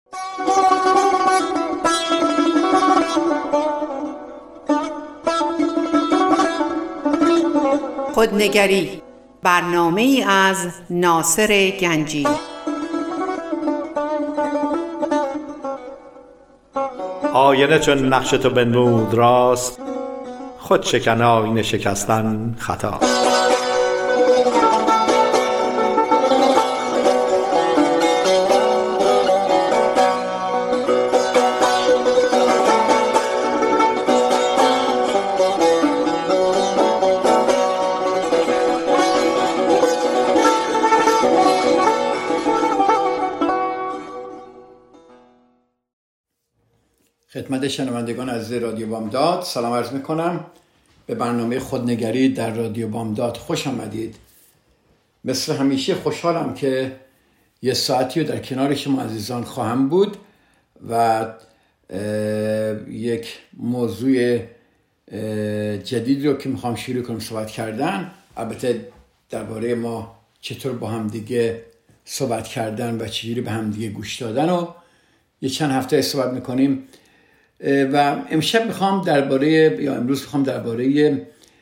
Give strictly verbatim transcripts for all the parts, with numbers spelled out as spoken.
خودنگری، برنامه ای از ناصر گنجی. آینه چون نقش تو بنمود راست، خود شکن آینه شکستن خطاست. خدمت شنوندگان عزیز رادیو بامداد سلام عرض میکنم. به برنامه خودنگری در رادیو بامداد خوش آمدید. مثل همیشه خوشحالم که یه ساعتی رو در کنار شما عزیزان خواهم بود و یک موضوع جدید رو که میخوام شروع کنم صحبت کردن، البته درباره ما چطور با هم دیگه صحبت کردن و چجوری به هم دیگه گوش دادن و یه چند هفته صحبت میکنیم. و امشب میخوام درباره یا امروز میخوام درباره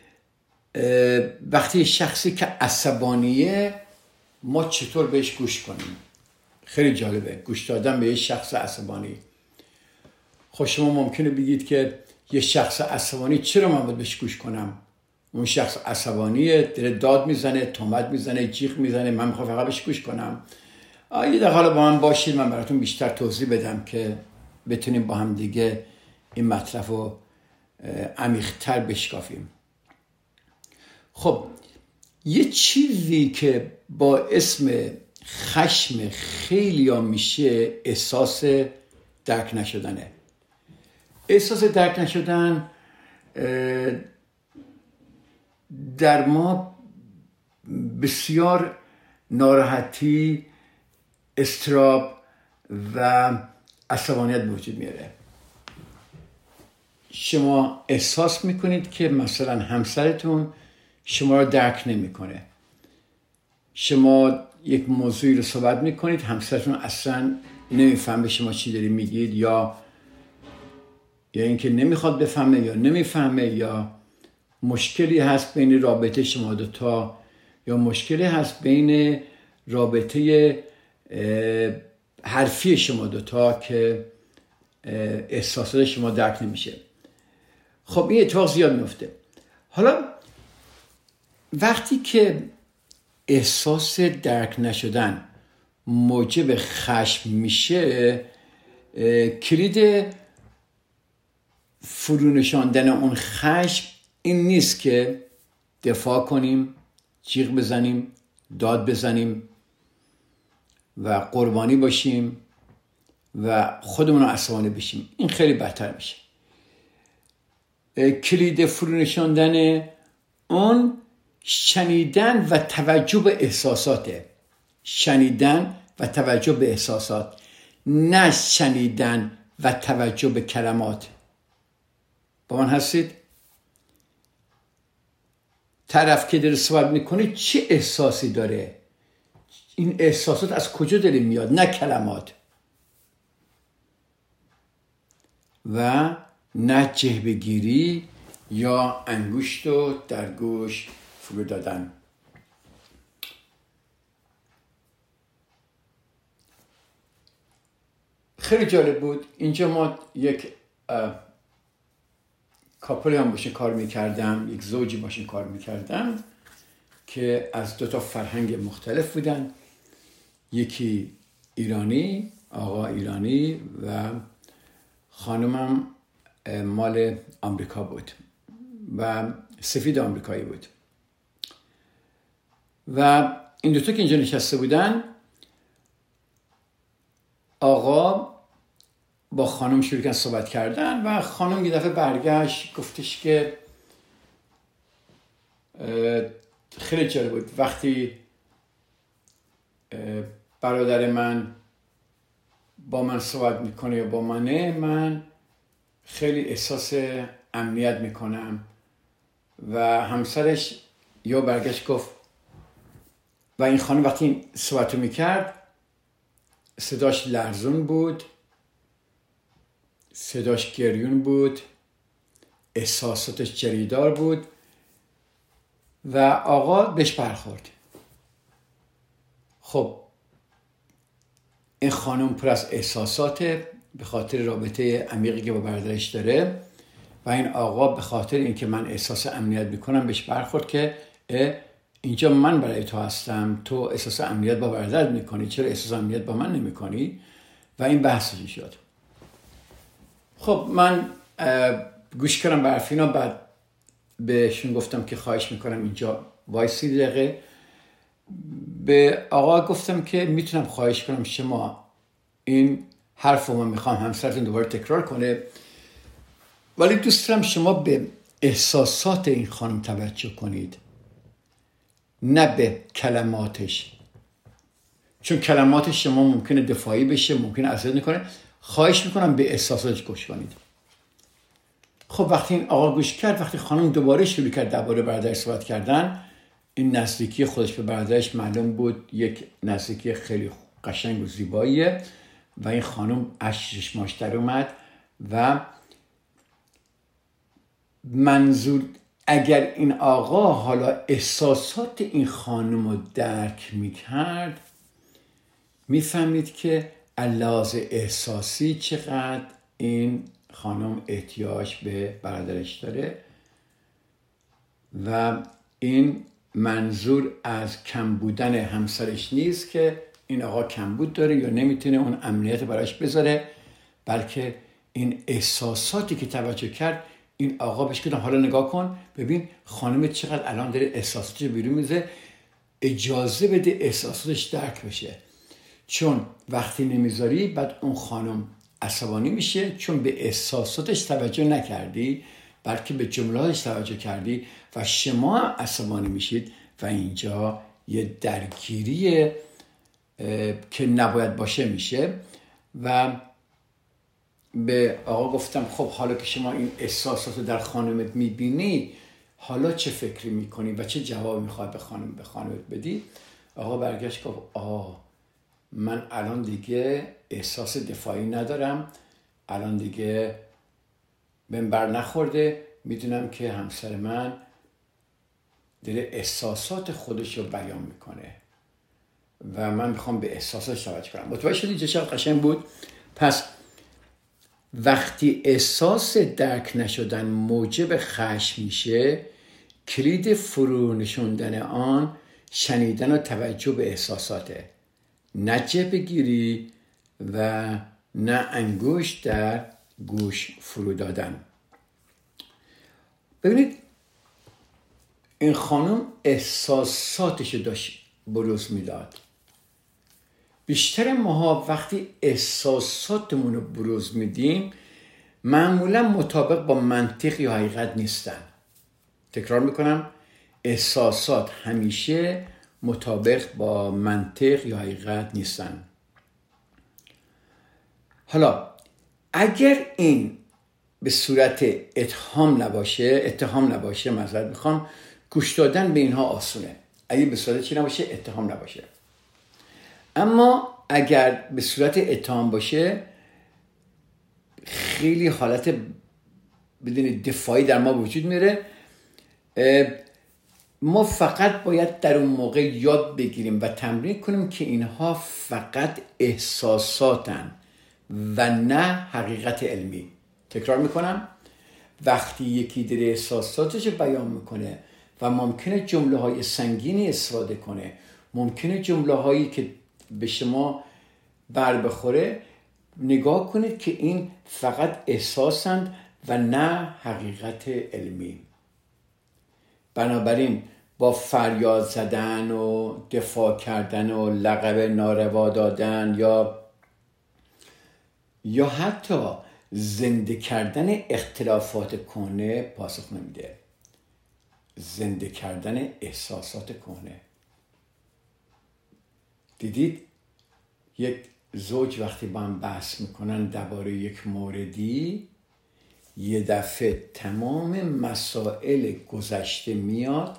وقتی شخصی که عصبانیه ما چطور بهش گوش کنیم. خیلی جالبه گوش دادن به یه شخص عصبانی. خب شما ممکنه بگید که یه شخص عصبانی چرا من باید بهش گوش کنم؟ اون شخص عصبانیه، داره داد میزنه، تهمت میزنه، جیغ میزنه، من میخوام فقط بهش گوش کنم. یه دقیقه حالا با من باشید، من براتون بیشتر توضیح بدم که بتونیم با هم دیگه این مطلب رو عمیق‌تر بشکافیم. خب یه چیزی که با اسم خشم خیلی ها میشه احساس درک نشدنه. احساس درک نشدن در ما بسیار ناراحتی، اضطراب و عصبانیت به وجود میاره. شما احساس میکنید که مثلا همسرتون شما رو درک نمیکنه. شما یک موضوعی رو صحبت میکنید، همسرتون اصلا نمیفهمه شما چی داری میگید، یا یا اینکه نمیخواد بفهمه یا نمیفهمه، یا مشکلی هست بین رابطه شما دوتا، یا مشکلی هست بین رابطه حرفی شما دوتا که احساسات شما درک نمیشه. خب این اتفاق زیاد میفته. حالا وقتی که احساس درک نشدن موجب خشم میشه، کلید فرونشاندن اون خشم این نیست که دفاع کنیم، جیغ بزنیم، داد بزنیم و قربانی باشیم و خودمون رو عصبانی بشیم. این خیلی بدتر میشه. کلید فرونشاندن اون شنیدن و توجه به احساساته. شنیدن و توجه به احساسات، نه شنیدن و توجه به کلمات. با من هستید؟ طرف که داره صحبت میکنه چه احساسی داره؟ این احساسات از کجا داره میاد؟ نه کلمات و نه جهبه‌گیری یا انگشت رو در گوش فرو دادن. خیلی جالب بود. اینجا ما یک کاپلی هم باشین کار میکردم، یک زوجی باشین کار میکردم که از دو تا فرهنگ مختلف بودن. یکی ایرانی، آقا ایرانی، و خانمم مال آمریکا بود و سفید آمریکایی بود. و این دوتا که اینجا نشسته بودن، آقا با خانم شروع کردن صحبت کردن و خانم یه دفعه برگشت گفتش که خیلی جالب بود وقتی برادر من با من صحبت میکنه یا با منه، من خیلی احساس امنیت میکنم. و همسرش یا برگشت گفت و این خانم وقتی این صحبت رو میکرد صداش لرزون بود صداش گریون بود، احساساتش جریدار بود و آقا بهش برخورد. خب این خانم پر از احساساته به خاطر رابطه عمیقی که با برادرش داره و این آقا به خاطر اینکه من احساس امنیت میکنم بهش برخورد که اینجا من برای تو هستم، تو احساس امنیت با برادرت میکنی، چرا احساس امنیت با من نمیکنی؟ و این بحثی شد. خب من گوش کردم به حرف اینا، بعد بهشون گفتم که خواهش میکنم اینجا وایسی دقیقه. به آقا گفتم که میتونم خواهش کنم شما این حرف رو من میخوام همسرتون دوباره تکرار کنه، ولی دوست دارم شما به احساسات این خانم توجه کنید، نه به کلماتش، چون کلماتش شما ممکنه دفاعی بشه، ممکنه اذیت کنه. خواهش میکنم به احساساتش گوش کنید. خب وقتی این آقا گوش کرد، وقتی خانم دوباره شروع کرد درباره برادرش صحبت کردن، این نزدیکی خودش به برادرش معلوم بود یک نزدیکی خیلی قشنگ و زیباییه و این خانم اشکش ماش در اومد و منظور اگر این آقا حالا احساسات این خانم رو درک میکرد، میفهمید که علاوه احساسی چقدر این خانم احتیاج به برادرش داره و این منظور از کم بودن همسرش نیست که این آقا کمبود داره یا نمیتونه اون امنیت براش بذاره، بلکه این احساساتی که توجه کرد این آقا بهش گفتم حالا نگاه کن ببین خانم چقدر الان داره احساساتش بیرون میزه، اجازه بده احساساتش درک بشه، چون وقتی نمیذاری بعد اون خانم عصبانی میشه چون به احساساتش توجه نکردی بلکه به جمله‌هاش توجه کردی و شما عصبانی میشید و اینجا یه درگیری که نباید باشه میشه. و به آقا گفتم خب حالا که شما این احساسات رو در خانمت میبینی، حالا چه فکری میکنی و چه جواب میخواد به خانم به خانمت بدی؟ آقا برگشت گفت آه من الان دیگه احساس دفاعی ندارم، الان دیگه بهم بر نخورده، میدونم که همسر من داره احساسات خودش رو بیان میکنه و من میخوام به احساسش توجه کنم. متوجه شدی چه قشنگ بود؟ پس وقتی احساس درک نشدن موجب خشم میشه، کلید فرو نشوندن آن شنیدن و توجه به احساساته، نه جبه گیری و نه انگشت در گوش فرو دادن. ببینید این خانم احساساتش داشت بروز میداد. بیشتر ماها وقتی احساساتمون رو بروز میدیم معمولا مطابق با منطق یا حقیقت نیستن. تکرار میکنم، احساسات همیشه مطابق با منطق یا حقیقت نیستن. حالا اگر این به صورت اتهام نباشه اتهام نباشه معذرت میخوام، گوش دادن به اینها آسونه. اگه به صورت چی نباشه اتهام نباشه. اما اگر به صورت اتهام باشه خیلی حالت بدون دفاعی در ما وجود میره. ما فقط باید در اون موقع یاد بگیریم و تمرین کنیم که اینها فقط احساساتن و نه حقیقت علمی. تکرار میکنم، وقتی یکی داره احساساتش بیان میکنه و ممکنه جمله های سنگینی استفاده کنه، ممکنه جمله هایی که به شما بر بخوره، نگاه کنید که این فقط احساسند و نه حقیقت علمی. بنابراین با فریاد زدن و دفاع کردن و لقب ناروا دادن یا یا حتی زنده کردن اختلافات کهنه پاسخ نمیده. زنده کردن احساسات کهنه. دیدید یک زوج وقتی با هم بحث میکنن درباره یک موردی، یه دفعه تمام مسائل گذشته میاد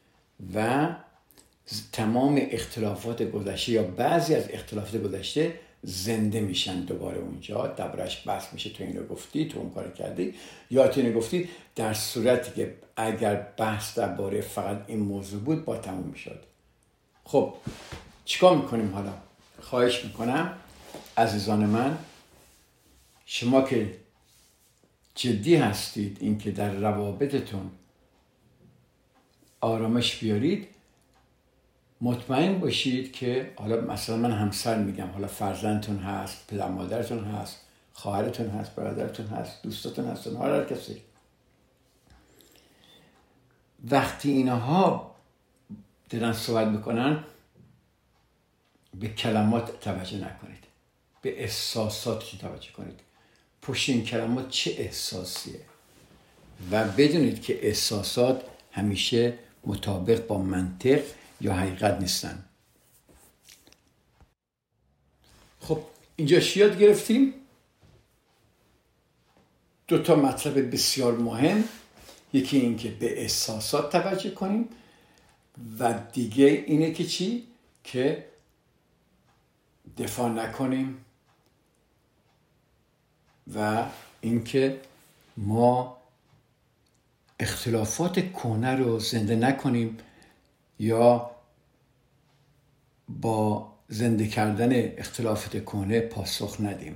و تمام اختلافات گذشته یا بعضی از اختلافات گذشته زنده میشن دوباره اونجا، دربارش بحث میشه. تو اینو گفتی، تو اون کار کردی، یا تو اینو گفتی. در صورتی که اگر بحث درباره فقط این موضوع بود با تموم میشد. خب چیکار میکنیم حالا؟ خواهش میکنم عزیزان من، شما که جدی هستید این که در روابطتون آرامش بیارید، مطمئن باشید که حالا مثلا من همسر میگم، حالا فرزندتون هست، پدر مادرتون هست، خواهرتون هست، برادرتون هست، دوستتون هستن، هر کسی، وقتی اینها دارن صحبت میکنن به کلمات توجه نکنید، به احساساتش توجه کنید. پشت این کلمات چه احساسیه و بدونید که احساسات همیشه مطابق با منطق یا حقیقت نیستن. خب اینجا یاد گرفتیم دو تا مطلب بسیار مهم. یکی این که به احساسات توجه کنیم و دیگه اینه که چی؟ که دفاع نکنیم و اینکه ما اختلافات کهنه رو زنده نکنیم یا با زنده کردن اختلافات کهنه پاسخ ندیم.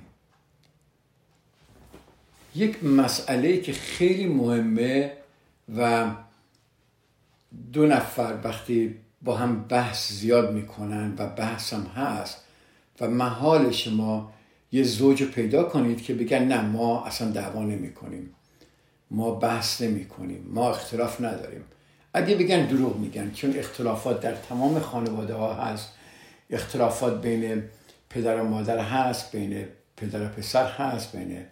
یک مسئله که خیلی مهمه و دو نفر وقتی با هم بحث زیاد میکنن و بحث هم هست و محال شما یه زوج پیدا کنید که بگن نه ما اصلا دعوا نمی کنیم، ما بحث نمی کنیم، ما اختلاف نداریم. اگه بگن دروغ میگن، چون اختلافات در تمام خانواده ها هست. اختلافات بین پدر و مادر هست، بین پدر و پسر هست، بین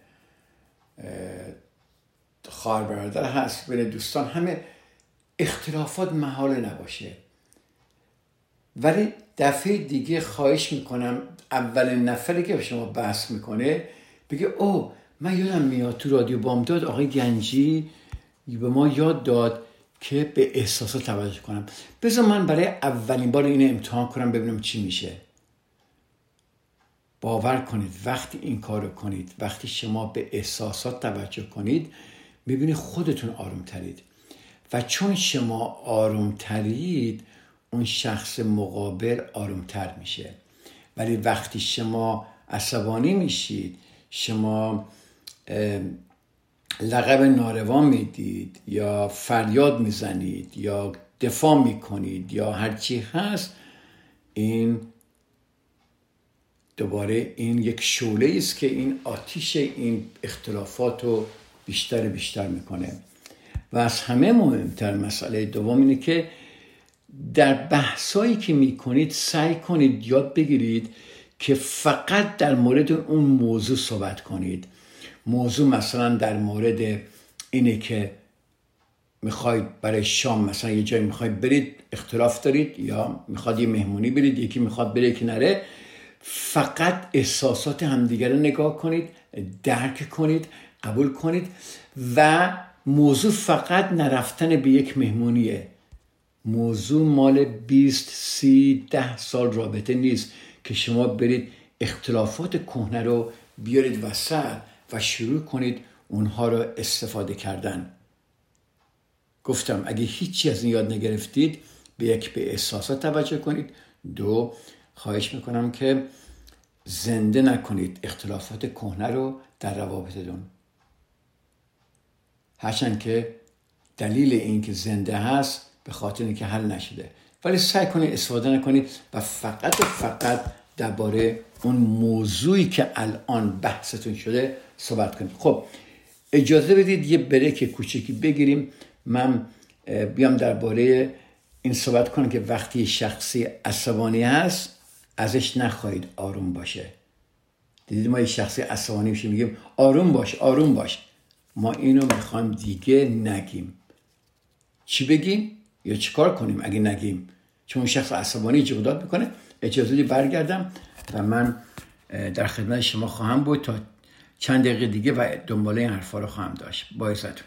خواهر برادر هست، بین دوستان. همه اختلافات محال نباشه. ولی دفعه دیگه خواهش میکنم اولین نفری که به شما بحث میکنه بگه او من یادم میاد تو رادیو بامداد آقای گنجی به ما یاد داد که به احساسات توجه کنم. بذار من برای اولین بار اینو امتحان کنم ببینم چی میشه. باور کنید وقتی این کارو کنید، وقتی شما به احساسات توجه کنید، میبینید خودتون آروم ترید و چون شما آروم ترید اون شخص مقابل آرومتر میشه. ولی وقتی شما عصبانی میشید، شما لقب ناروا میدید یا فریاد میزنید یا دفاع میکنید یا هرچی هست، این دوباره این یک شعله است که این آتیش این اختلافات رو بیشتر بیشتر میکنه. و از همه مهمتر مسئله دوم اینه که در بحثایی که میکنید سعی کنید یاد بگیرید که فقط در مورد اون موضوع صحبت کنید. موضوع مثلا در مورد اینه که میخواید برای شام مثلا یه جایی میخواید برید، اختلاف دارید، یا میخواد یه مهمونی برید، یکی میخواد بره که نره. فقط احساسات همدیگر رو نگاه کنید، درک کنید، قبول کنید و موضوع فقط نرفتن به یک مهمونیه. موضوع مال بیست، سی، ده سال رابطه نیست که شما برید اختلافات کهنه رو بیارید وسط و شروع کنید اونها رو استفاده کردن. گفتم اگه هیچی از این یاد نگرفتید، به یک به احساسات توجه کنید. دو، خواهش میکنم که زنده نکنید اختلافات کهنه رو در روابطتون. هرچند که دلیل این که زنده هست به خاطر اینکه حل نشده، ولی سعی کنید استفاده نکنید و فقط و فقط درباره اون موضوعی که الان بحثتون شده صحبت کنید. خب اجازه بدید یه بریک کوچکی بگیریم. من بیام درباره این صحبت کنم که وقتی شخصی عصبانی هست ازش نخواهید آروم باشه. دیدید ما یه شخصی عصبانی میشه میگیم آروم باش آروم باش. ما اینو میخوایم دیگه نگیم. چی بگیم یا چی کار کنیم اگه نگیم؟ چون شخص عصبانی جغداد میکنه. اجازه بدید برگردم و من در خدمت شما خواهم بود تا چند دقیقه دیگه و دنباله این حرفا رو خواهم داشت. با عزتون.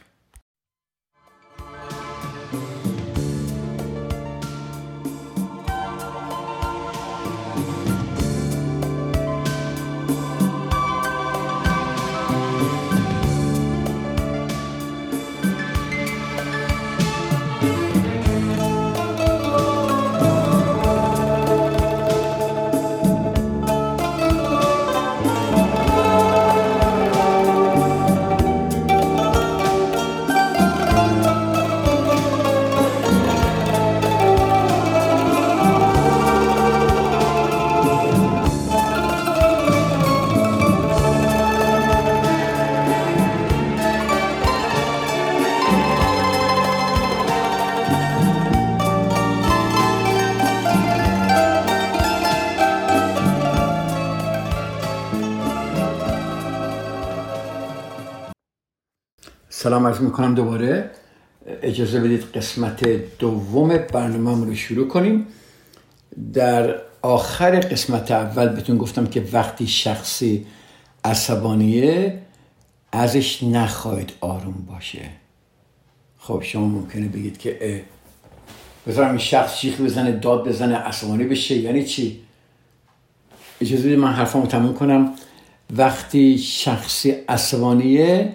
سلام عرض میکنم دوباره. اجازه بدید قسمت دوم برنامه رو شروع کنیم. در آخر قسمت اول بهتون گفتم که وقتی شخصی عصبانیه ازش نخواهید آروم باشه. خب شما ممکنه بگید که بذارم این شخص شیخ بزنه، داد بزنه، عصبانی بشه، یعنی چی؟ اجازه بدید من حرفامو تموم کنم. وقتی شخصی عصبانیه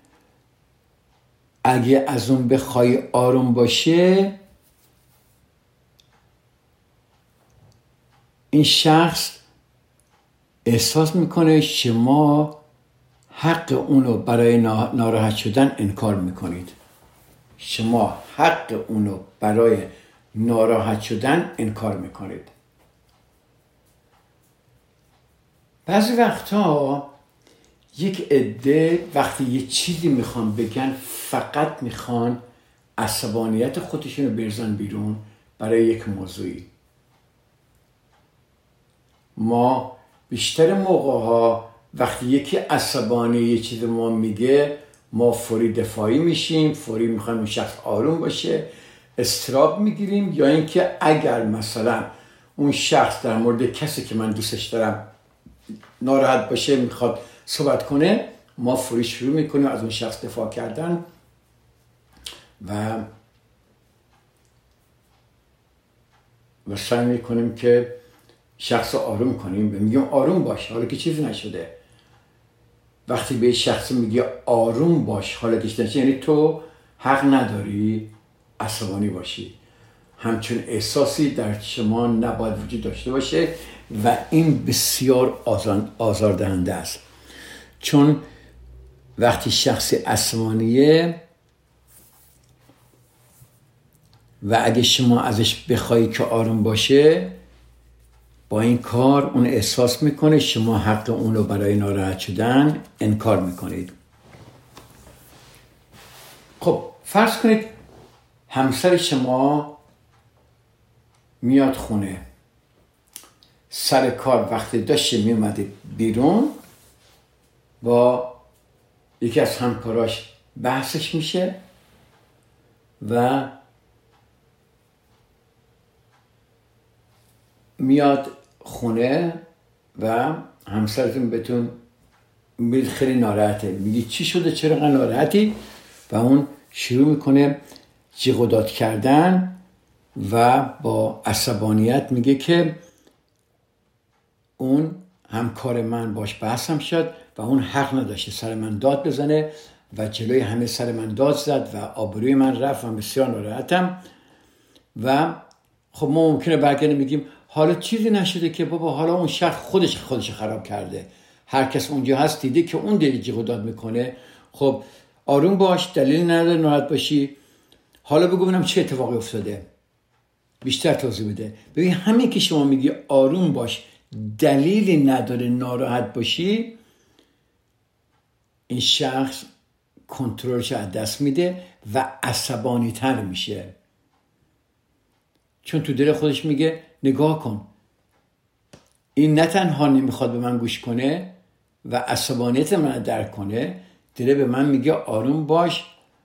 اگه از اون بخوای آروم باشه، این شخص احساس میکنه شما حق اونو برای ناراحت شدن انکار میکنید. شما حق اونو برای ناراحت شدن انکار میکنید. بعضی وقتا یک عده وقتی یه چیزی میخوان بگن فقط میخوان عصبانیت خودشونو بریزن بیرون برای یک موضوعی. ما بیشتر موقعها وقتی یکی عصبانی یه چیز ما میگه ما فوری دفاعی میشیم، فوری میخوایم اون شخص آروم باشه، استراب میگیریم، یا اینکه اگر مثلا اون شخص در مورد کسی که من دوستش دارم ناراحت باشه میخواد صحبت کنه، ما فوری شروع میکنیم از اون شخص دفاع کردن و و سعی میکنیم که شخص رو آروم کنیم. میگیم آروم باش حالا که چیزی نشده. وقتی به شخص میگه آروم باش حالا که چیزی نشده، یعنی تو حق نداری عصبانی باشی. همچون احساسی در شما نباید وجود داشته باشه و این بسیار آزاردهنده است. چون وقتی شخصی عصبانیه و اگه شما ازش بخوایی که آروم باشه، با این کار اون احساس میکنه شما حق اون رو برای ناراحت شدن انکار میکنید. خب فرض کنید همسر شما میاد خونه، سر کار وقتی داشته میومده بیرون با یکی از همکاراش بحثش میشه و میاد خونه و همسرتون بهتون میگه خیلی ناراحته، میگه چی شده چرا انقدر ناراحتی؟ و اون شروع میکنه جیغ و داد کردن و با عصبانیت میگه که اون همکار من باش بحثم شد و اون حق نداشته سر من داد بزنه و جلوی همه سر من داد زد و آبروی من رفت و بسیار ناراحتم. و خب ما ممکنه برگردیم میگیم حالا چیزی نشده که بابا، حالا اون شخص خودش خودش خراب کرده، هر کس اونجا هست دیده که اون دلیل جیغ و داد میکنه. خب آروم باش، دلیل نداره ناراحت باشی. حالا بگو ببینم چه اتفاقی افتاده، بیشتر توضیح بده. ببین همین که شما میگی آروم باش دلیلی نداره ناراحت باشی، این شخص کنترلش از دست میده و عصبانی تر میشه. چون تو دل خودش میگه نگاه کن، این نه تنها نمیخواد به من گوش کنه و عصبانیت من درک کنه، دل به من میگه آروم باش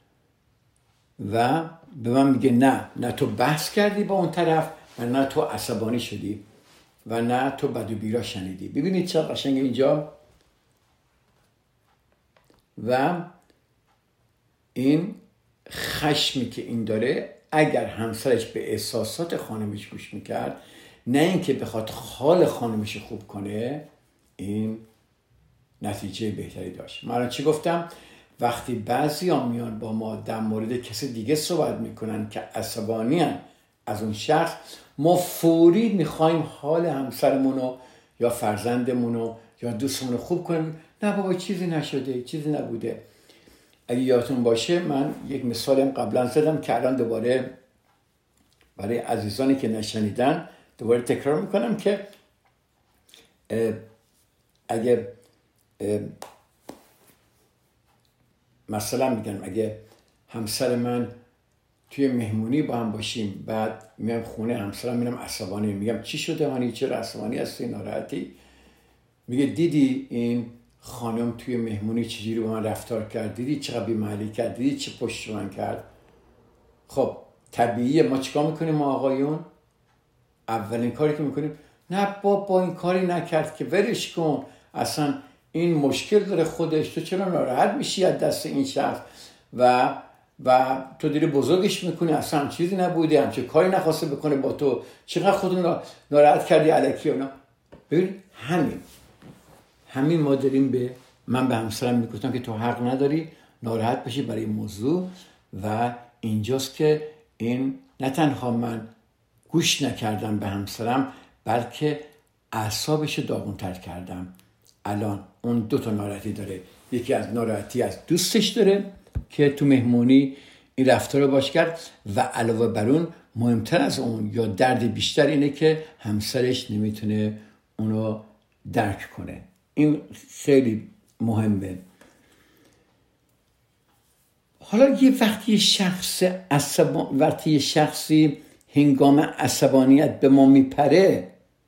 و به من میگه نه نه تو بحث کردی با اون طرف و نه تو عصبانی شدی و نه تو بد و بیرا شنیدی. ببینید چه قشنگ اینجا. و این خشمی که این داره، اگر همسرش به احساسات خانمش گوش میکرد نه اینکه بخواد حال خانمش خوب کنه، این نتیجه بهتری داشت. من چی گفتم؟ وقتی بعضی ها میان با ما در مورد کسی دیگه صحبت میکنن که عصبانی هن از اون شخص، ما فوری میخوایم حال همسرمونو یا فرزندمونو یا دوستمونو خوب کنیم. نه بابا چیزی نشده، چیزی نبوده. اگه یادتون باشه من یک مثالم قبلا زدم که الان دوباره برای عزیزانی که نشنیدن دوباره تکرار میکنم که اگه مثلا میگم اگه همسر من توی مهمونی با هم باشیم، بعد میام خونه همسرم میرم عصبانی، میگم چی شده هانی، چرا عصبانی هستی، ناراحتی؟ میگه دیدی این خانم توی مهمونی چجوری با من رفتار کرد، دیدی چقدر بی‌محلی کرد، دیدی چه پشت من کرد. خب طبیعیه ما چیکار میکنیم ما آقایون؟ اولین کاری که میکنیم نه بابا این کاری نکرد که ولش کن، اصلا این مشکل داره خودش، تو چرا ناراحت میشی از دست این شخص و و تو دیگه بزرگش میکنی، اصلا چیزی نبوده، همچه کاری نخواسته بکنه با تو، چقدر خودتون ناراحت کردی الکی اونا. ببین همین همین ما داریم به من به همسرم میگفتم که تو حق نداری ناراحت بشی برای این موضوع و اینجاست که این نه تنها من گوش نکردم به همسرم بلکه اعصابش داغونتر کردم. الان اون دو تا ناراحتی داره، یکی از ناراحتی از دوستش داره که تو مهمونی این رفتار رو باش کرد و علاوه بر اون مهمتر از اون یا درد بیشتر اینه که همسرش نمیتونه اونو درک کنه. این خیلی مهمه. حالا یه وقتی شخص عصبا... وقتی یه شخصی هنگام عصبانیت به ما میپره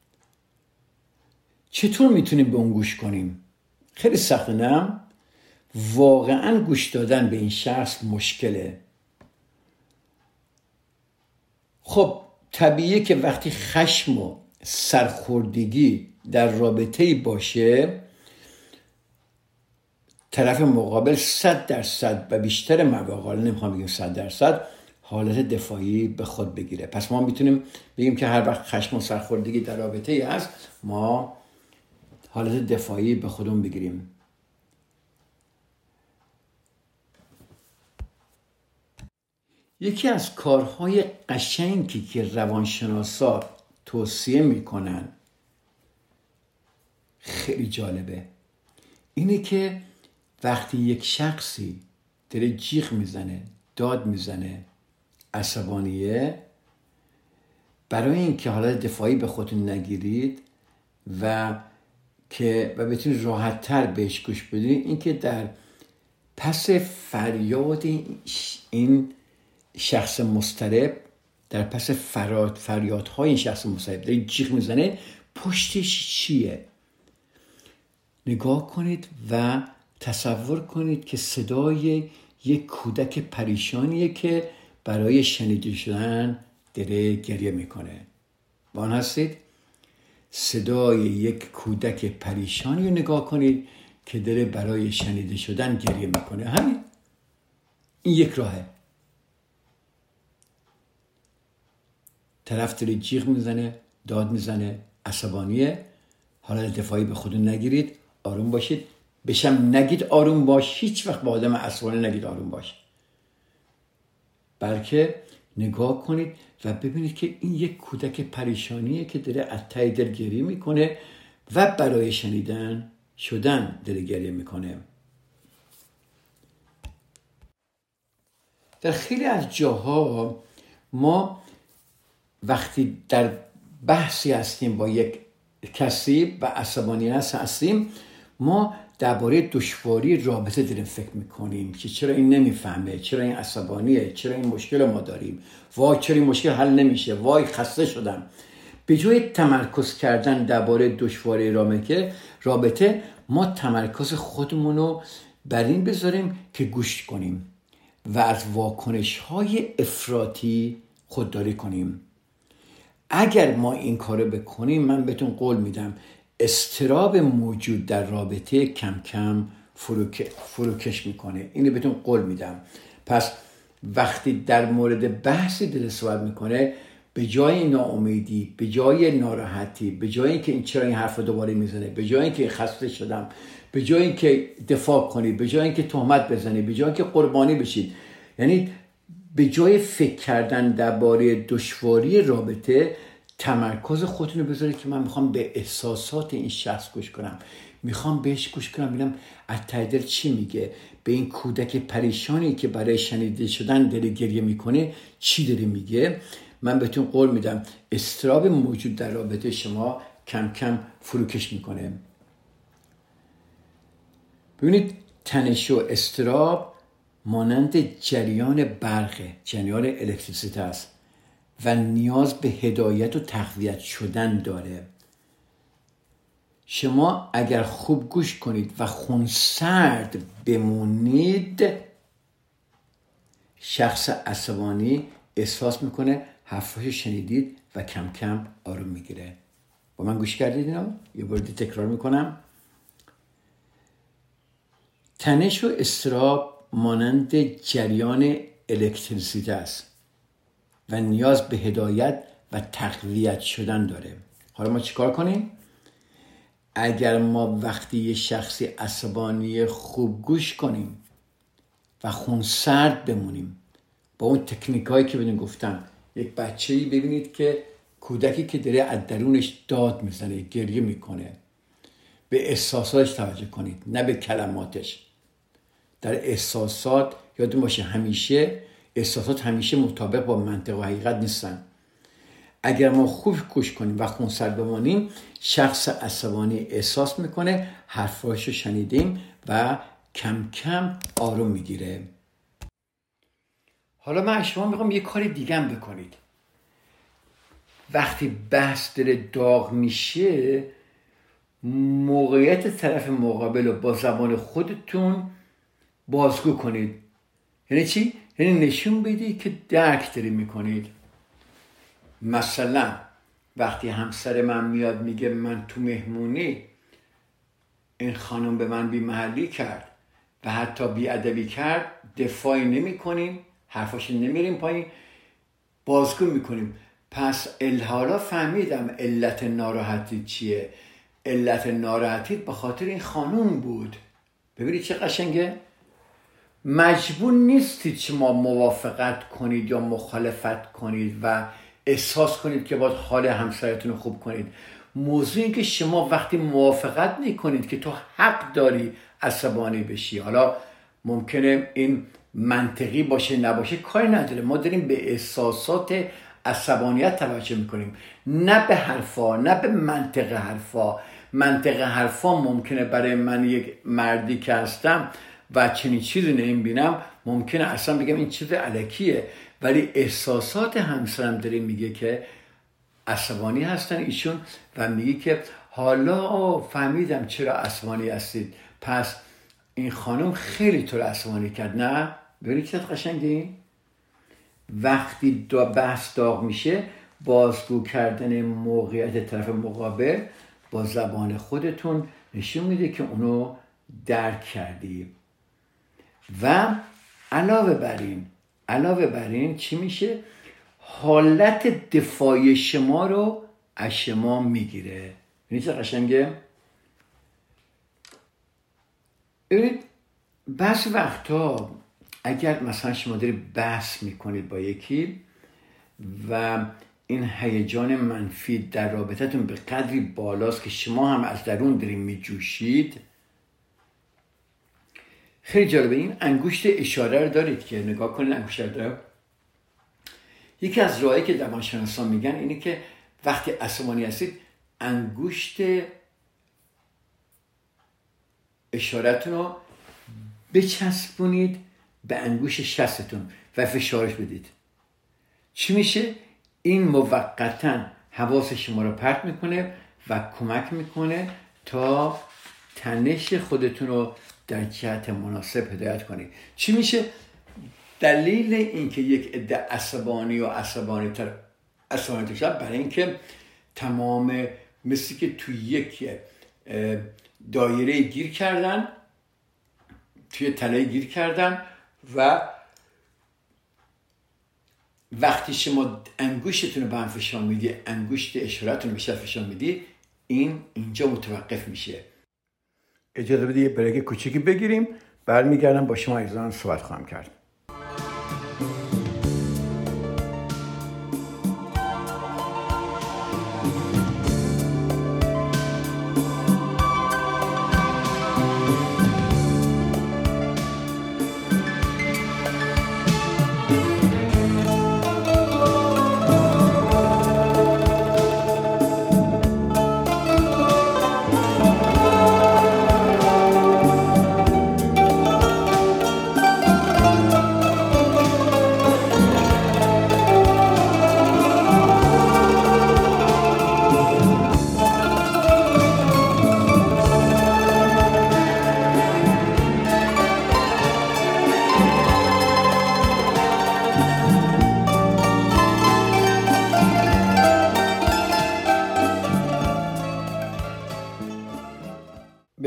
چطور میتونیم به اون گوش کنیم؟ خیلی سخته نه؟ واقعا گوش دادن به این شخص مشکله. خب طبیعیه که وقتی خشم و سرخوردگی در رابطه‌ای باشه طرف مقابل صد درصد و بیشتر مواقع، نمیخوام بگم صد درصد، حالت دفاعی به خود بگیره. پس ما میتونیم بگیم که هر وقت خشم و سرخوردگی در رابطه‌ای هست ما حالت دفاعی به خودمون بگیریم. یکی از کارهای قشنگی که روانشناسا توصیه میکنن خیلی جالبه، اینه که وقتی یک شخصی داره جیغ میزنه، داد میزنه، عصبانیه، برای اینکه حالت دفاعی به خودتون نگیرید و که و بتونید راحت تر بهش گوش بدید، اینکه در پس فریاد این شخص مضطرب، در پس فریاد فریادهای این شخص مضطرب داره جیغ میزنه، پشتش چیه؟ نگاه کنید و تصور کنید که صدای یک کودک پریشانیه که برای شنیده شدن داره گریه میکنه. با آن هستید؟ صدای یک کودک پریشانی رو نگاه کنید که داره برای شنیده شدن گریه میکنه. همین این یک راهه. طرف داره جیغ میزنه، داد میزنه، عصبانیه، حالا دفاعی به خودتون نگیرید، آروم باشید. بشم نگید آروم باش، هیچ وقت با آدم عصبانی نگید آروم باش، بلکه نگاه کنید و ببینید که این یک کودک پریشانیه که داره از ته دل گریه میکنه و برای شنیدن شدن داره گریه میکنه. در خیلی از جاها ما وقتی در بحثی هستیم با یک کسی و عصبانی هستیم، ما درباره دشواری رابطه داریم فکر میکنیم که چرا این نمیفهمه، چرا این عصبانیه، چرا این مشکل ما داریم، وای چرا این مشکل حل نمیشه، وای خسته شدم. به جای تمرکز کردن درباره دشواری رابطه رابطه ما تمرکز خودمونو بر این بذاریم که گوش کنیم و از واکنش‌های افراطی خودداری کنیم. اگر ما این کارو بکنیم، من بهتون قول میدم اضطراب موجود در رابطه کم کم فروک... فروکش میکنه. اینو بهتون قول میدم. پس وقتی در مورد بحثی دل صحبت میکنه، به جای ناامیدی، به جای ناراحتی، به جای اینکه این چرا این حرفو دوباره میزنه، به جای اینکه خسته شدم، به جای اینکه دفاع کنید، به جای اینکه تهمت بزنید، به جای اینکه قربانی بشید، یعنی به جای فکر کردن درباره دشواری رابطه، تمرکز خودتون رو بذارید که من میخوام به احساسات این شخص گوش کنم، میخوام بهش گوش کنم ببینم از ته دل چی میگه، به این کودک پریشانی که برای شنیده شدن داره گریه میکنه چی داره میگه. من بهتون قول میدم اضطراب موجود در رابطه شما کم کم فروکش میکنه. ببینید تنش و اضطراب مانند جریان برقه، جریان الکتریسیته است و نیاز به هدایت و تقویت شدن داره. شما اگر خوب گوش کنید و خونسرد بمونید، شخص عصبانی احساس میکنه حرفاشو شنیدید و کم کم آروم میگیره. با من گوش کردید اینا؟ یه بار دیگه تکرار میکنم. تنش و اضطراب مانند جریان الکتریسیته است و نیاز به هدایت و تقویت شدن داره. حالا ما چیکار کنیم؟ اگر ما وقتی یه شخصی عصبانی خوب گوش کنیم و خونسرد بمونیم، با اون تکنیک هایی که بدون گفتم، یک بچه‌ای ببینید که کودکی که داره از درونش داد میزنه، گریه میکنه، به احساساتش توجه کنید نه به کلماتش. در احساسات یادتون باشه همیشه احساسات همیشه مطابق با منطق و حقیقت نیستن. اگر ما خوب گوش کنیم و خونسرد بمانیم، شخص عصبانی احساس میکنه حرفاشو شنیدیم و کم کم آروم میگیره. حالا من شما میخوام یه کار دیگه هم بکنید. وقتی بحث داره داغ میشه، موقعیت طرف مقابل رو با زبان خودتون بازگو کنید. یعنی چی؟ یعنی نشون بدید که درک داری میکنید. مثلا وقتی همسر من میاد میگه من تو مهمونی این خانم به من بی محلی کرد و حتی بی ادبی کرد، دفاعی نمی کنیم، حرفاش نمیریم پایین، بازگو میکنیم. پس حالا فهمیدم علت ناراحتی چیه. علت ناراحتی به خاطر این خانم بود. ببینید چه قشنگه. مجبور نیستید شما موافقت کنید یا مخالفت کنید و احساس کنید که باید حال همسایتون رو خوب کنید. موضوع این که شما وقتی موافقت میکنید که تو حق داری عصبانی بشی، حالا ممکنه این منطقی باشه نباشه کاری نداره، ما داریم به احساسات عصبانیت توجه میکنیم، نه به حرفا، نه به منطق حرفا. منطق حرفا ممکنه برای من یک مردی که هستم و چنین چیزی نمیبینم ممکنه اصلا بگم این چیز الکیه، ولی احساسات همسرم داره میگه که عصبانی هستن ایشون و میگه که حالا فهمیدم چرا عصبانی هستید، پس این خانم خیلی تو رو عصبانی کرد. نه ببینید چه قشنگه. وقتی دا بحث داغ میشه، بازگو کردن موقعیت طرف مقابل با زبان خودتون نشون میده که اونو درک کردی. و علاوه بر این علاوه بر این چی میشه؟ حالت دفاعی شما رو از شما میگیره. ببینید چه قشنگه. ببینید بعضی وقتا اگر مثلا شما دارید بحث میکنید با یکی و این هیجان منفی در رابطتون به قدری بالاست که شما هم از درون دارید میجوشید، خیلی جالبه. این انگشت اشاره رو دارید که نگاه کنید. انگشت اشاره یکی از راهایی که روانشناسان میگن اینه که وقتی عصبانی هستید انگشت اشارتون رو بچسبونید به انگشت شستتون و فشارش بدید. چی میشه؟ این موقتاً حواس شما رو پرت میکنه و کمک میکنه تا تنش خودتون رو در جهت مناسب هدایت کنید. چی میشه؟ دلیل اینکه یک عده عصبانی و عصبانی تر عصبانی تر شد برای اینکه تمام مثل که توی یک دایره گیر کردن، توی تله گیر کردن و وقتی شما انگشتتون رو به هم فشار میدی، انگشت اشارتون رو به فشار میدی، این اینجا متوقف میشه. اجازه بدید یه بریک کوچیکی بگیریم، برمیگردم با شما عزیزان صحبت خواهم کرد.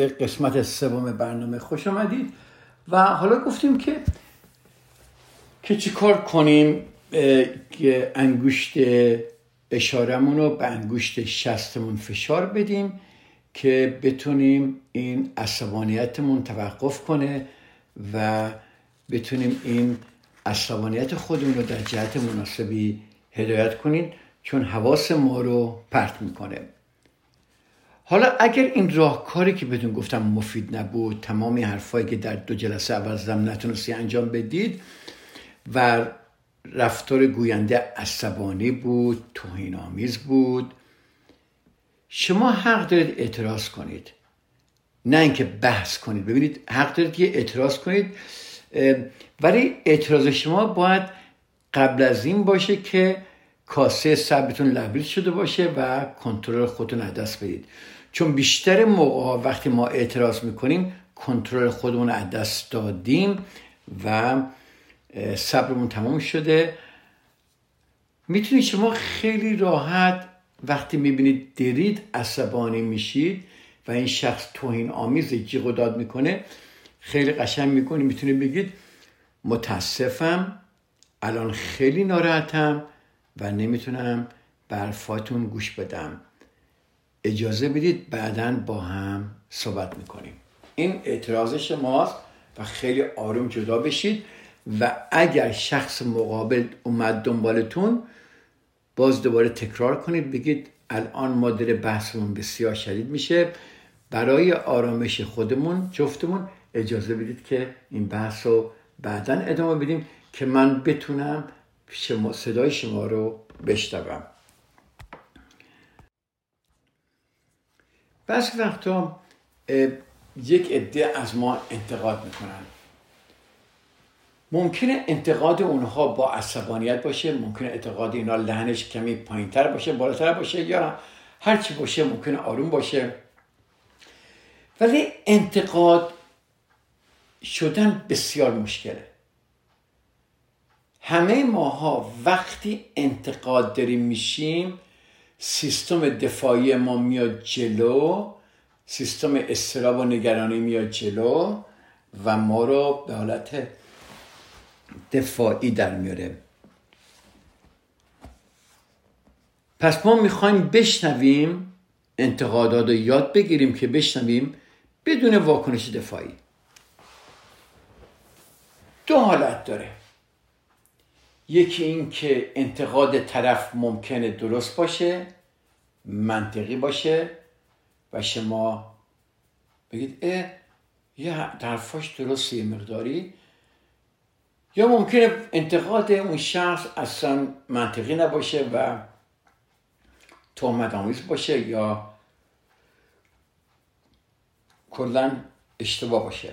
قسمت سوم برنامه خوش آمدید. و حالا گفتیم که که چی کار کنیم که انگشت اشارمون رو به انگشت شستمون فشار بدیم که بتونیم این عصبانیتمون توقف کنه و بتونیم این عصبانیت خودمون رو در جهت مناسبی هدایت کنیم، چون حواس ما رو پرت میکنه. حالا اگر این راهکاری که بهتون گفتم مفید نبود، تمامی حرفایی که در دو جلسه اول زدم نتونستی انجام بدید و رفتار گوینده عصبانی بود، توهین‌آمیز بود، شما حق دارید اعتراض کنید، نه اینکه بحث کنید. ببینید، حق دارید که اعتراض کنید، ولی اعتراض شما باید قبل از این باشه که کاسه صبرتون لبریز شده باشه و کنترل خودتون از دست بدید. چون بیشتر موقع وقتی ما اعتراض میکنیم کنترل خودمون از دست دادیم و صبرمون تمام شده. میتونید شما خیلی راحت وقتی میبینید دارید عصبانی میشید و این شخص توهین آمیز جیغ و داد میکنه، خیلی قشنگ میکنید، میتونید بگید متاسفم، الان خیلی ناراحتم و نمیتونم به حرفاتون گوش بدم، اجازه بدید بعداً با هم صحبت میکنیم. این اعتراض شماست و خیلی آروم جدا بشید و اگر شخص مقابل اومد دنبالتون باز دوباره تکرار کنید، بگید الان ما در بحثمون بسیار شدید میشه، برای آرامش خودمون جفتمون اجازه بدید که این بحث رو بعداً ادامه بدیم که من بتونم شما صدای شما رو بشنوم. بعضی وقتا یک عده از ما انتقاد میکنن. ممکنه انتقاد اونها با عصبانیت باشه، ممکنه انتقاد اینا لحنش کمی پایینتر باشه، بالاتر باشه، یا هر چی باشه، ممکنه آروم باشه. ولی انتقاد شدن بسیار مشکله. همه ماها وقتی انتقاد داریم میشیم، سیستم دفاعی ما میاد جلو، سیستم اضطراب و نگرانی میاد جلو و ما رو به حالت دفاعی در میاره. پس ما میخوایم بشنویم انتقادات رو، یاد بگیریم که بشنویم بدون واکنش دفاعی. دو حالت داره. یکی این که انتقاد طرف ممکنه درست باشه، منطقی باشه و شما بگید اه یه حرفاش درسته یه مقداری، یا ممکنه انتقاد اون شخص اصلا منطقی نباشه و تهمت آمیز باشه یا کلاً اشتباه باشه.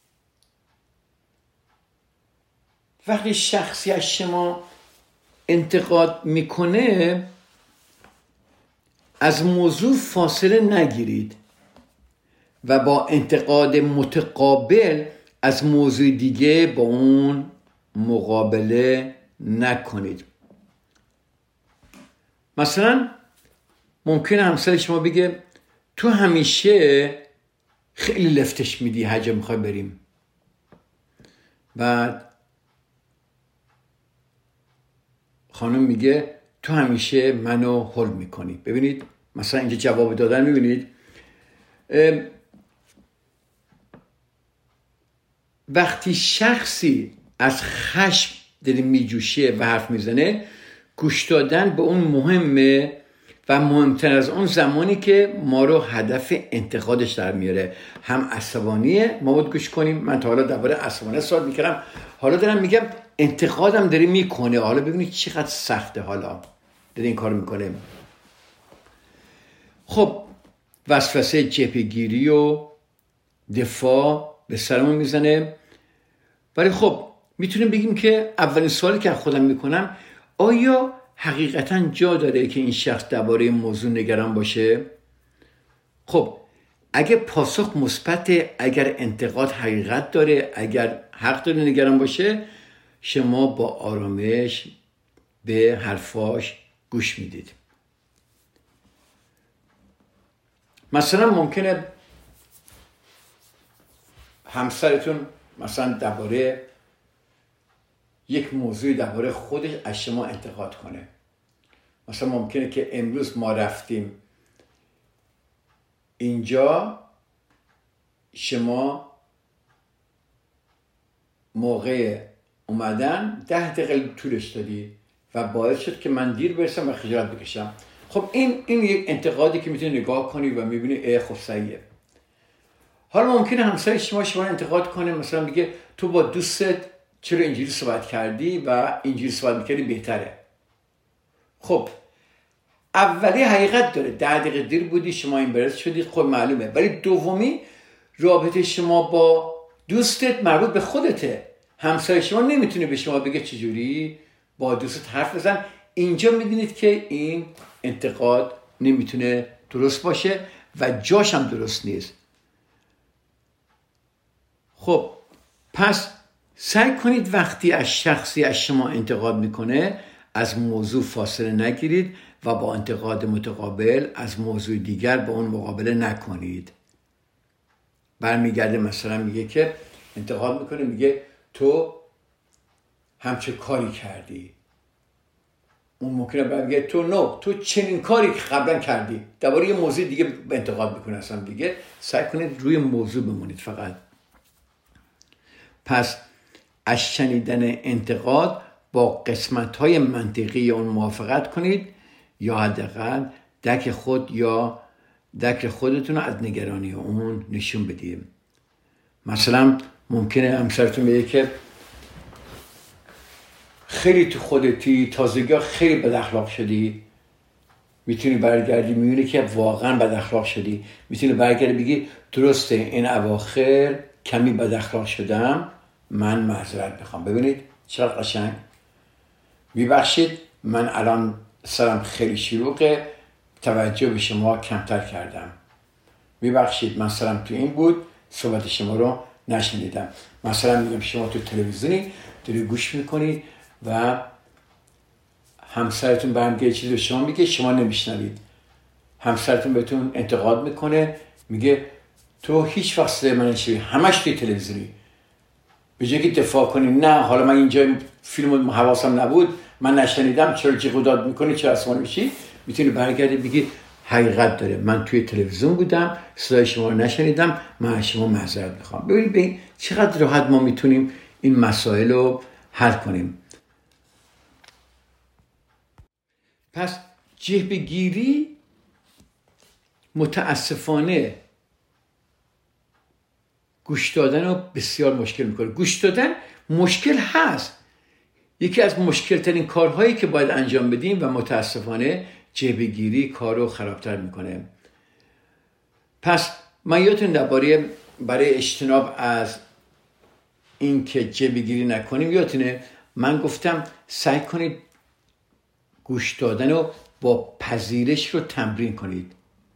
وقتی شخصی از شما انتقاد میکنه، از موضوع فاصله نگیرید و با انتقاد متقابل از موضوع دیگه با اون مقابله نکنید. مثلا ممکنه همسر شما بگه تو همیشه خیلی لفتش میدی هر جا میخوای بریم، بعد خانم میگه تو همیشه منو هول میکنی. ببینید مثلا اینجا جواب دادن، میبینید وقتی شخصی از خشم دل میجوشه و حرف میزنه، گوش دادن به اون مهمه و مهمتر از اون زمانی که ما رو هدف انتقادش در میاره. هم عصبانیه، ما باید گوش کنیم. من تا حالا درباره عصبانیت صحبت میکردم، حالا دارم میگم انتقادم داره میکنه. حالا ببینید چقدر سخته، حالا داره این کار میکنه. خب وسوسه جبهه‌گیری و دفاع به سرمون میزنه. ولی خب میتونیم بگیم که اولین سوالی که خودم میکنم، آیا حقیقتا جا داره که این شخص درباره این موضوع نگران باشه؟ خب اگه پاسخ مثبته، اگر انتقاد حقیقت داره، اگر حق داره نگران باشه، شما با آرامش به حرفاش گوش میدید. مثلا ممکنه همسرتون مثلا درباره یک موضوع درباره خودش از شما انتقاد کنه. مثلا ممکنه که امروز ما رفتیم اینجا، شما موقع اومدن ده دقیقه طولش دادی و باعث شد که من دیر برسم و خجالت بکشم. خب این این یک انتقادی که میتونی نگاه کنی و میبینی ای خب صحیحه. حالا ممکنه همسر شما شما انتقاد کنه، مثلا میگه تو با دوستت چرا اینجوری صحبت کردی و اینجوری صحبت میکردی بهتره. خب اولی حقیقت داره، ده دقیقه دیر بودی، شما این برس شدید، خب معلومه. ولی دومی رابطه شما با دوستت مربوط به خودته. همسر شما نمیتونه به شما بگه چجوری با دوستت حرف بزن. اینجا میبینید که این انتقاد نمیتونه درست باشه و جاش هم درست نیست. خب پس سعی کنید وقتی از شخصی از شما انتقاد میکنه از موضوع فاصله نگیرید و با انتقاد متقابل از موضوع دیگر با اون مقابله نکنید. برمیگرده مثلا میگه که انتقاد میکنه، میگه تو همچه کاری کردی. اون ممکنه برمیگه تو نو تو چنین کاری که قبلا کردی. درباره یه موضوع دیگه انتقاد میکنه اصلا دیگه. سعی کنید روی موضوع بمونید فقط. پس از شنیدن انتقاد با قسمت‌های منطقی اون موافقت کنید یا حداقل درک خود یا درک خودتون رو از نگرانی اون نشون بدید. مثلا ممکنه همسرتون بگه که خیلی تو خودتی، تازگی خیلی بد اخلاق شدی. میتونی برگردی میبینی که واقعا بد اخلاق شدی. میتونی برگردی بگی درسته این اواخر کمی بد اخلاق شدم، من معذرت میخوام. ببینید چقدر قشنگ. میبخشید من الان سرم خیلی شلوغه، توجه به شما کمتر کردم. میبخشید من سرم تو این بود، صحبت شما رو نشنیدم. مثلا میگم شما تو تلویزیونی داری گوش میکنید و همسرتون برمیگه چیزی به شما میگه، شما نمیشنوید. همسرتون بهتون انتقاد میکنه، میگه تو هیچ وقت صدای من نشنیدی، همش توی تلویزیونی. به جای که دفاع کنی نه حالا من اینجا فیلم حواسم نبود من نشنیدم، چرا جیغ و داد میکنی، چرا عصبانی میشی، میتونی برگردی بگی حقیقت داره، من توی تلویزیون بودم صدای شما رو نشنیدم، من از شما معذرت میخوام. ببینید ببین چقدر راحت ما میتونیم این مسائل رو حل کنیم. پس جهبگیری متاسفانه گوش دادن رو بسیار مشکل میکنه. گوش دادن مشکل هست، یکی از مشکل ترین کارهایی که باید انجام بدیم و متاسفانه جهبگیری کار رو خرابتر میکنه. پس من یادتون درباره برای اجتناب از این که جهبگیری نکنیم، یادتونه من گفتم سعی کنید گوش دادن رو با پذیرش رو تمرین کنید.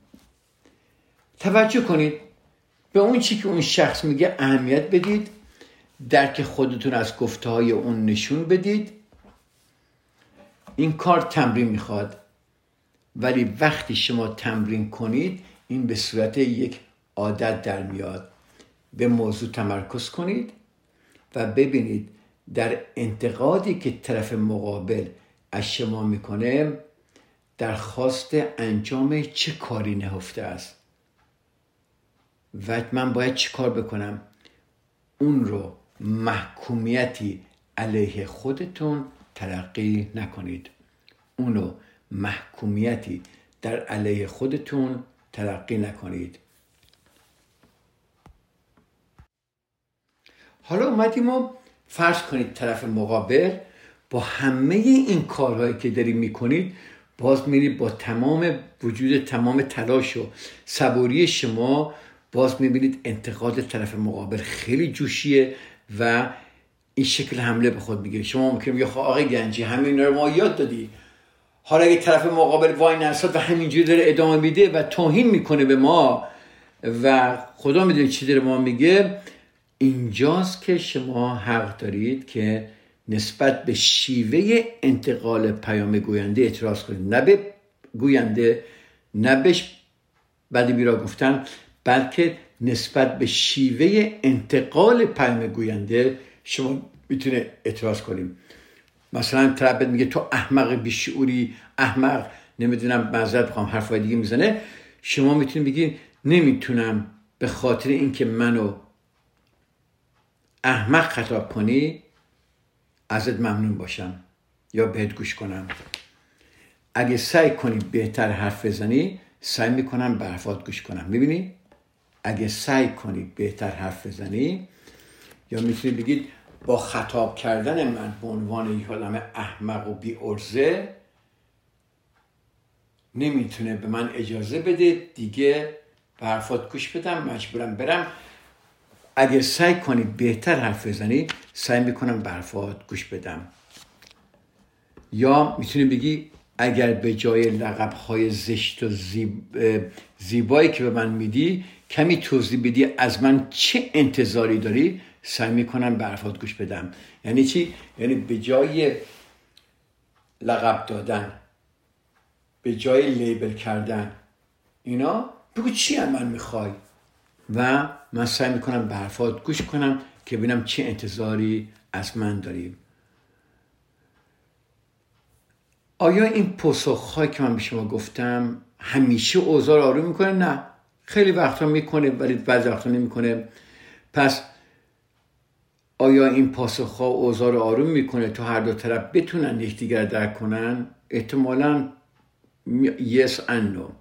توجه کنید به اون چی که اون شخص میگه اهمیت بدید، درک خودتون از گفته‌های اون نشون بدید. این کار تمرین میخواد، ولی وقتی شما تمرین کنید این به صورت یک عادت در میاد. به موضوع تمرکز کنید و ببینید در انتقادی که طرف مقابل از شما میکنه درخواست انجام چه کاری نهفته است و من باید چه کار بکنم. اون رو محکومیتی علیه خودتون تلقی نکنید. اون رو محکومیتی در علیه خودتون تلقی نکنید. حالا اومدیم و فرض کنید طرف مقابل با همه این کارهایی که دارید میکنید باز میرید با تمام وجود تمام تلاش و صبوری شما باز میبینید انتقاد طرف مقابل خیلی جوشیه و این شکل حمله به خود میگیره. شما ممکنه بگید خب آقای گنجی همین رو ما یاد دادی، حالا اگه طرف مقابل وای نرسد و همینجوری داره ادامه میده و توهین میکنه به ما و خدا میدونه چی داره ما میگه، اینجاست که شما حق دارید که نسبت به شیوه انتقال پیام گوینده اعتراض کنید. نه به گوینده، نه بهش بدی بیرا گفتن، بلکه نسبت به شیوه انتقال پیام گوینده شما میتونه اعتراض کنیم. مثلا طرف میگه تو احمق بیشعوری، احمق، نمیدونم معذرت بخوام حرفای دیگه میزنه، شما میتونید بگید نمیتونم به خاطر اینکه منو احمق خطاب کنی ازت ممنون باشم یا بهت گوش کنم. اگه سعی کنی بهتر حرف بزنی سعی میکنم به حرفات گوش کنم. میبینی؟ اگه سعی کنی بهتر حرف بزنی، یا میتونی بگید با خطاب کردن من به عنوان یک آدم احمق و بی ارزه نمیتونه به من اجازه بده دیگه به حرفات گوش بدم، مجبورم برم. اگه سعی کنی بهتر حرف بزنی سعی میکنم به حرفات گوش بدم. یا میتونی بگی اگر به جای لقب‌های زشت و زیب... زیبایی که به من میدی کمی توضیح بدی از من چه انتظاری داری، سعی میکنم به حرفات گوش بدم. یعنی چی؟ یعنی به جای لقب دادن، به جای لیبل کردن، اینا بگو چی از من میخوای و من سعی میکنم به حرفات گوش کنم که ببینم چه انتظاری از من داری. آیا این پاسخ‌هایی که من به شما گفتم همیشه اوضاع رو آروم میکنه؟ نه، خیلی وقتا میکنه ولی بعضی وقتا نمیکنه. پس آیا این پاسخ‌ها اوضاع رو آروم میکنه تا هر دو طرف بتونن یکدیگر درک کنن؟ احتمالاً yes and no.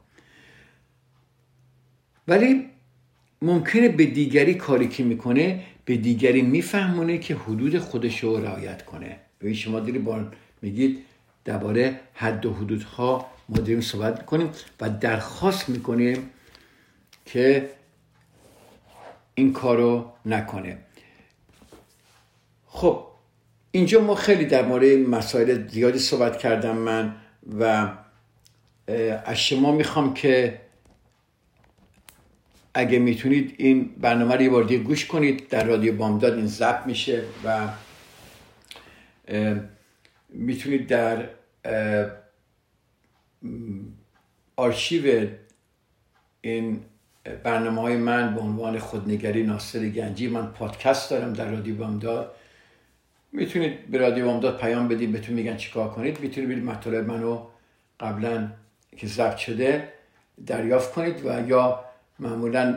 ولی ممکنه به دیگری کاری که میکنه به دیگری میفهمونه که حدود خودش رو رعایت کنه. ببین شما دیگه با میگید درباره حد و حدودها ما داریم صحبت میکنیم و درخواست میکنیم که این کارو نکنه. خب اینجا ما خیلی در مورد مسائل زیادی صحبت کردم من و از شما میخوام که اگه میتونید این برنامه رو یه بار دیگه گوش کنید. در رادیو بامداد این ضبط میشه و میتونید در آرشیو این برنامه های من به عنوان خودنگری ناصر گنجی، من پادکست دارم در رادیو بامداد، میتونید به رادیو بامداد پیام بدید، بهتون میگن چیکار کنید. میتونید برید مطالب منو قبلا که ضبط شده دریافت کنید و یا معمولا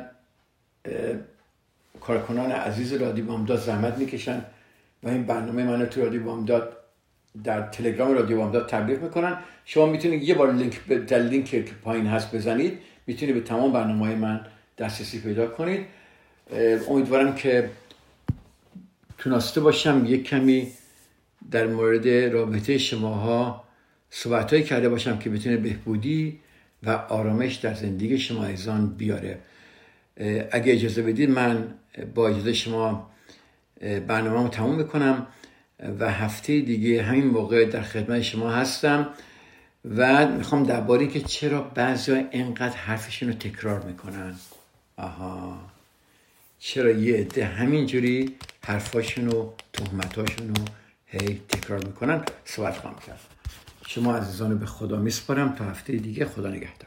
کارکنان عزیز رادیو بامداد زحمت میکشن و این برنامه منو تو رادیو بامداد در تلگرام رادیو بامداد تبلیغ میکنن. شما میتونید یه بار لینک در لینک که پایین هست بزنید، میتونید به تمام برنامه‌های من دسترسی پیدا کنید. امیدوارم که تونسته باشم یک کمی در مورد رابطه شماها صحبتایی کرده باشم که بتونه بهبودی و آرامش در زندگی شما عزیزان بیاره. اگه اجازه بدید من با اجازه شما برنامه‌مو تموم میکنم و هفته دیگه همین موقع در خدمت شما هستم و میخوام درباره که چرا بعضیا اینقدر حرفشون رو تکرار میکنن. آها، چرا یه عده همینجوری حرفاشون و تهمتاشون رو هی تکرار میکنن صحبت خواهم کرد. شما عزیزان به خدا میسپارم تا هفته دیگه. خدا نگهدار.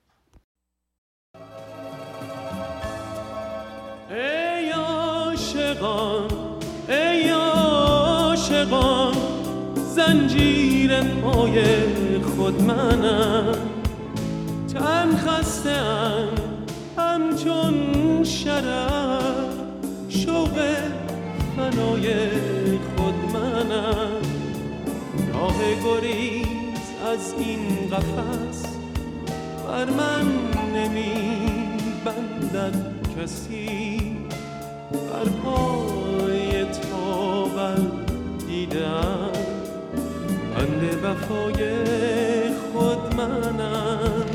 ای عاشقان، ای عاشقان، زنجیر پای خود منم، تن خسته‌ام همچون شرر، شوق فنای خود منم، راه گریز از این قفس بر من نمی بندد کسی، بر پای تابم دیدم بند وفای خود منم،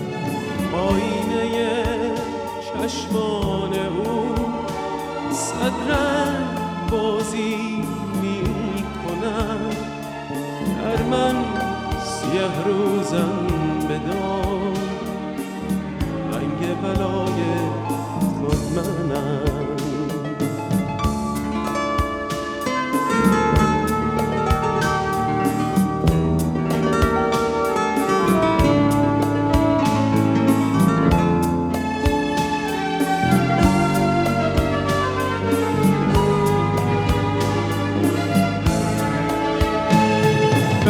آینه چشمان او صد رنگ بازی می کنم، در من سیه روزم بدان رنگ بلای خود منم.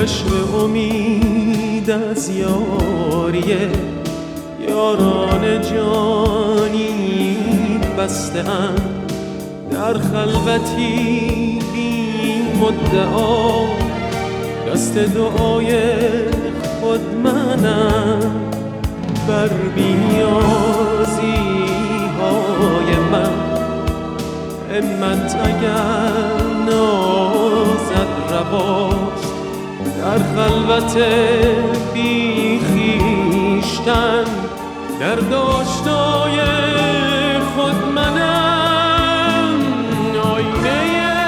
چشم امید از یاریه یاران جانی بسته‌ام در خلوتی بی مدعا دست دعای خود منم بر بی‌نیازی های من همت اگر نازد رواست در خلوت بی خویشتن در داشتای خود منم آینه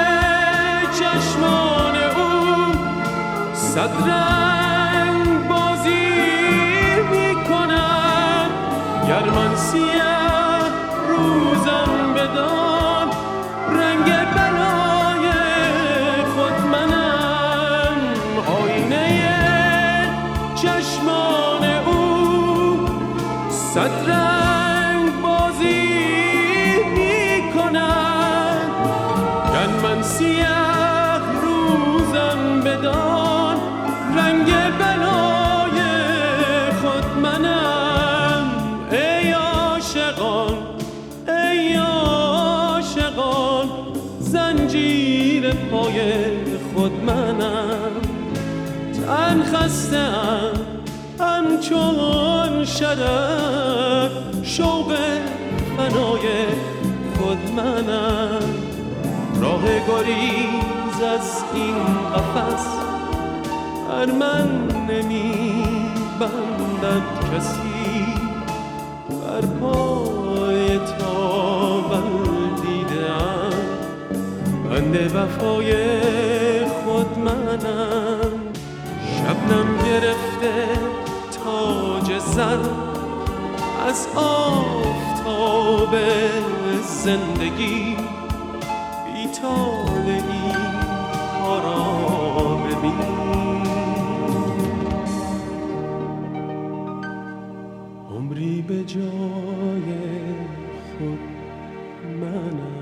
چشمان او صد رنگ بازی می کنم گر من سیاه روزم بدان رنگ بلای خود منم آینه چشمان او صد رنگ بازی می کند گر من سیاه روزم بدان رنگ بلای خود منم ای عاشقان ای عاشقان زنجیر پای خود منم تن خسته‌ام همچون شرف شوق فنای خود منم راه گریز از این قفس بر من نمی بندد کسی بر پای تاول دیدم بند وفای خود منم شبنم گرفته تاج زر از آفتاب زندگی بی‌طالع این ها را ببین عمری به جای خود منم